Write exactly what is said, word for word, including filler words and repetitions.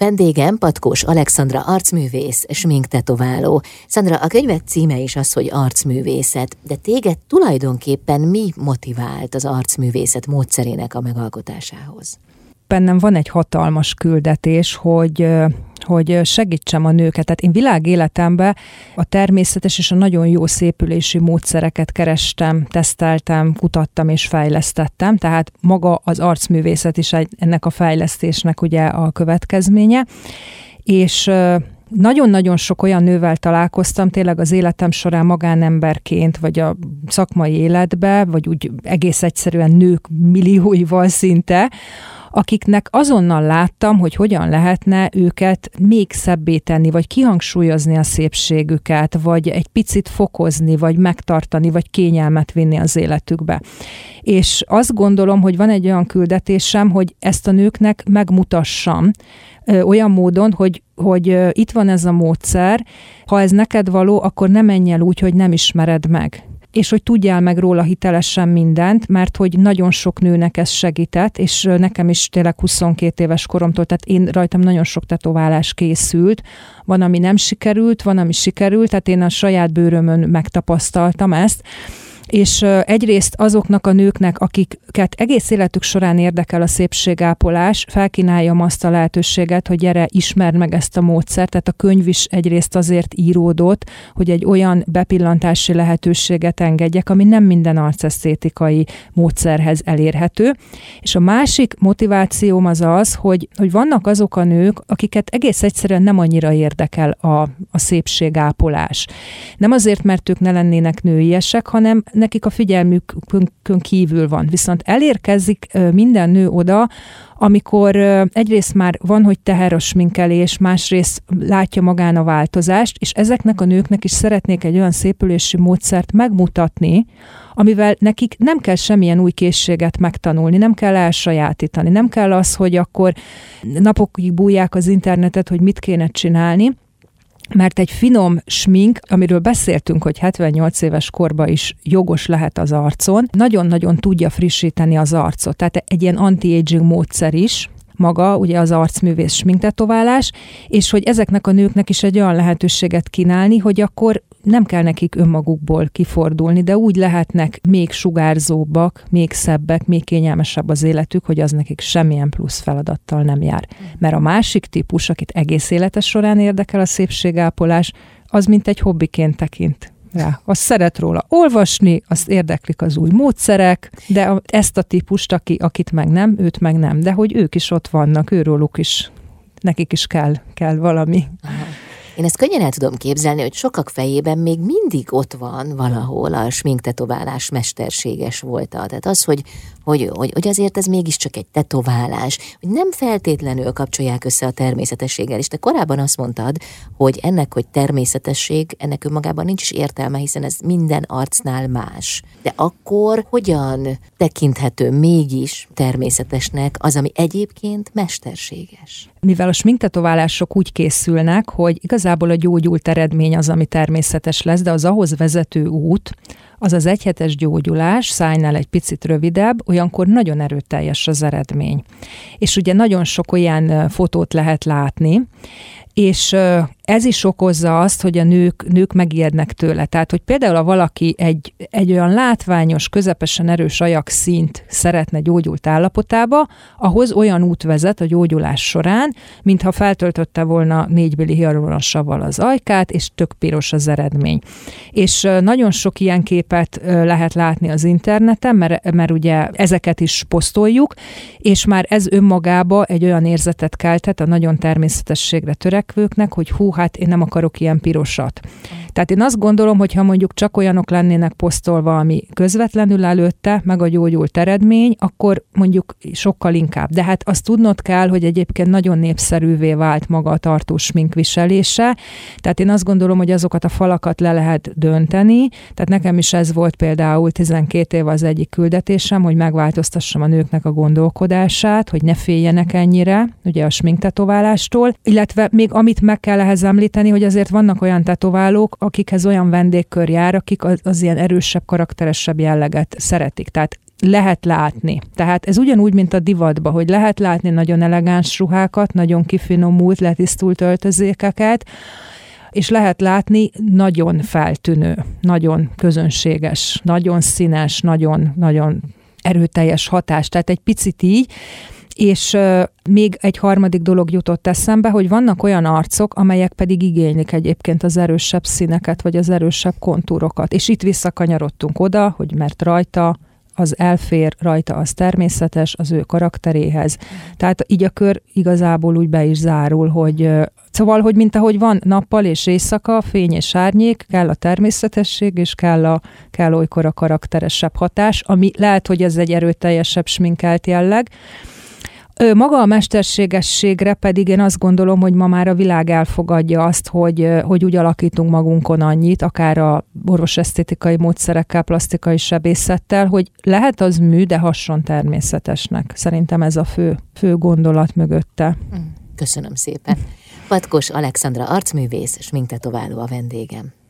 Vendégem Patkós Alexandra arcművész, sminktetováló. Szandra, a könyved címe is az, hogy arcművészet, de téged tulajdonképpen mi motivált az arcművészet módszerének a megalkotásához? Bennem van egy hatalmas küldetés, hogy, hogy segítsem a nőket. Tehát én világéletemben a természetes és a nagyon jó szépülési módszereket kerestem, teszteltem, kutattam és fejlesztettem. Tehát maga az arcművészet is ennek a fejlesztésnek ugye a következménye. És nagyon-nagyon sok olyan nővel találkoztam, tényleg az életem során magánemberként, vagy a szakmai életbe, vagy úgy egész egyszerűen nők millióival szinte, akiknek azonnal láttam, hogy hogyan lehetne őket még szebbé tenni, vagy kihangsúlyozni a szépségüket, vagy egy picit fokozni, vagy megtartani, vagy kényelmet vinni az életükbe. És azt gondolom, hogy van egy olyan küldetésem, hogy ezt a nőknek megmutassam, ö, olyan módon, hogy, hogy ö, itt van ez a módszer, ha ez neked való, akkor ne menj el úgy, hogy nem ismered meg. És hogy tudjál meg róla hitelesen mindent, mert hogy nagyon sok nőnek ez segített, és nekem is tényleg huszonkét éves koromtól, tehát én rajtam nagyon sok tetoválás készült, van, ami nem sikerült, van, ami sikerült, tehát én a saját bőrömön megtapasztaltam ezt, és egyrészt azoknak a nőknek, akiket egész életük során érdekel a szépségápolás, felkínáljam azt a lehetőséget, hogy gyere, ismerd meg ezt a módszert, tehát a könyv is egyrészt azért íródott, hogy egy olyan bepillantási lehetőséget engedjek, ami nem minden arcesztétikai módszerhez elérhető. És a másik motivációm az az, hogy, hogy vannak azok a nők, akiket egész egyszerűen nem annyira érdekel a, a szépségápolás. Nem azért, mert ők ne lennének nőiesek, hanem nekik a figyelmükön kívül van. Viszont elérkezik minden nő oda, amikor egyrészt már van, hogy teher a sminkelés, másrészt látja magán a változást, és ezeknek a nőknek is szeretnék egy olyan szépülési módszert megmutatni, amivel nekik nem kell semmilyen új készséget megtanulni, nem kell elsajátítani, nem kell az, hogy akkor napokig bújják az internetet, hogy mit kéne csinálni, mert egy finom smink, amiről beszéltünk, hogy hetvennyolc éves korban is jogos lehet az arcon, nagyon-nagyon tudja frissíteni az arcot. Tehát egy ilyen anti-aging módszer is, maga ugye az arcművész sminktetoválás, és hogy ezeknek a nőknek is egy olyan lehetőséget kínálni, hogy akkor nem kell nekik önmagukból kifordulni, de úgy lehetnek még sugárzóbbak, még szebbek, még kényelmesebb az életük, hogy az nekik semmilyen plusz feladattal nem jár. Mert a másik típus, akit egész élete során érdekel a szépségápolás, az mint egy hobbiként tekint rá. Azt szeret róla olvasni, azt érdeklik az új módszerek, de ezt a típust, aki, akit meg nem, őt meg nem. De hogy ők is ott vannak, őróluk is, nekik is kell, kell valami. Aha. Én ezt könnyen el tudom képzelni, hogy sokak fejében még mindig ott van valahol a sminktetoválás mesterséges volta. Tehát az, hogy, hogy, hogy, hogy azért ez mégiscsak egy tetoválás, hogy nem feltétlenül kapcsolják össze a természetességgel. És te korábban azt mondtad, hogy ennek, hogy természetesség, ennek önmagában nincs is értelme, hiszen ez minden arcnál más. De akkor hogyan tekinthető mégis természetesnek az, ami egyébként mesterséges? Mivel a sminktetoválások úgy készülnek, hogy igazából a gyógyult eredmény az, ami természetes lesz, de az ahhoz vezető út, az az egyhetes gyógyulás, szájnál egy picit rövidebb, olyankor nagyon erőteljes az eredmény. És ugye nagyon sok olyan fotót lehet látni, és ez is okozza azt, hogy a nők, nők megijednek tőle. Tehát, hogy például ha valaki egy, egy olyan látványos, közepesen erős ajakszínt szeretne gyógyult állapotába, ahhoz olyan út vezet a gyógyulás során, mintha feltöltötte volna négy milli hialuronsaval az ajkát, és tök piros az eredmény. És nagyon sok ilyen képet lehet látni az interneten, mert, mert ugye ezeket is posztoljuk, és már ez önmagába egy olyan érzetet keltett a nagyon természetességre törekvőknek, hogy hú, hát én nem akarok ilyen pirosat. Tehát én azt gondolom, hogy ha mondjuk csak olyanok lennének posztolva, ami közvetlenül előtte, meg a gyógyult eredmény, akkor mondjuk sokkal inkább. De hát azt tudnod kell, hogy egyébként nagyon népszerűvé vált maga a tartós smink viselése. Tehát én azt gondolom, hogy azokat a falakat le lehet dönteni. Tehát nekem is ez volt például tizenkét év az egyik küldetésem, hogy megváltoztassam a nőknek a gondolkodását, hogy ne féljenek ennyire, ugye a sminktetoválástól, illetve még amit meg kell ehhez említeni, hogy azért vannak olyan tetoválók, akikhez olyan vendégkör jár, akik az, az ilyen erősebb, karakteresebb jelleget szeretik. Tehát lehet látni. Tehát ez ugyanúgy, mint a divatban, hogy lehet látni nagyon elegáns ruhákat, nagyon kifinomult, letisztult öltözékeket, és lehet látni nagyon feltűnő, nagyon közönséges, nagyon színes, nagyon, nagyon erőteljes hatást. Tehát egy picit így, és uh, még egy harmadik dolog jutott eszembe, hogy vannak olyan arcok, amelyek pedig igénylik egyébként az erősebb színeket, vagy az erősebb kontúrokat. És itt visszakanyarodtunk oda, hogy mert rajta az elfér, rajta az természetes az ő karakteréhez. Tehát így a kör igazából úgy be is zárul, hogy szóval, hogy mint ahogy van nappal és éjszaka, fény és árnyék, kell a természetesség, és kell, a, kell olykor a karakteresebb hatás, ami lehet, hogy ez egy erőteljesebb sminkelt jelleg. Maga a mesterségességre pedig én azt gondolom, hogy ma már a világ elfogadja azt, hogy, hogy úgy alakítunk magunkon annyit, akár a orvosesztétikai módszerekkel, plastikai sebészettel, hogy lehet az mű, de hasson természetesnek. Szerintem ez a fő, fő gondolat mögötte. Köszönöm szépen. Patkos Alexandra arcművész, sminktetováló a vendégem.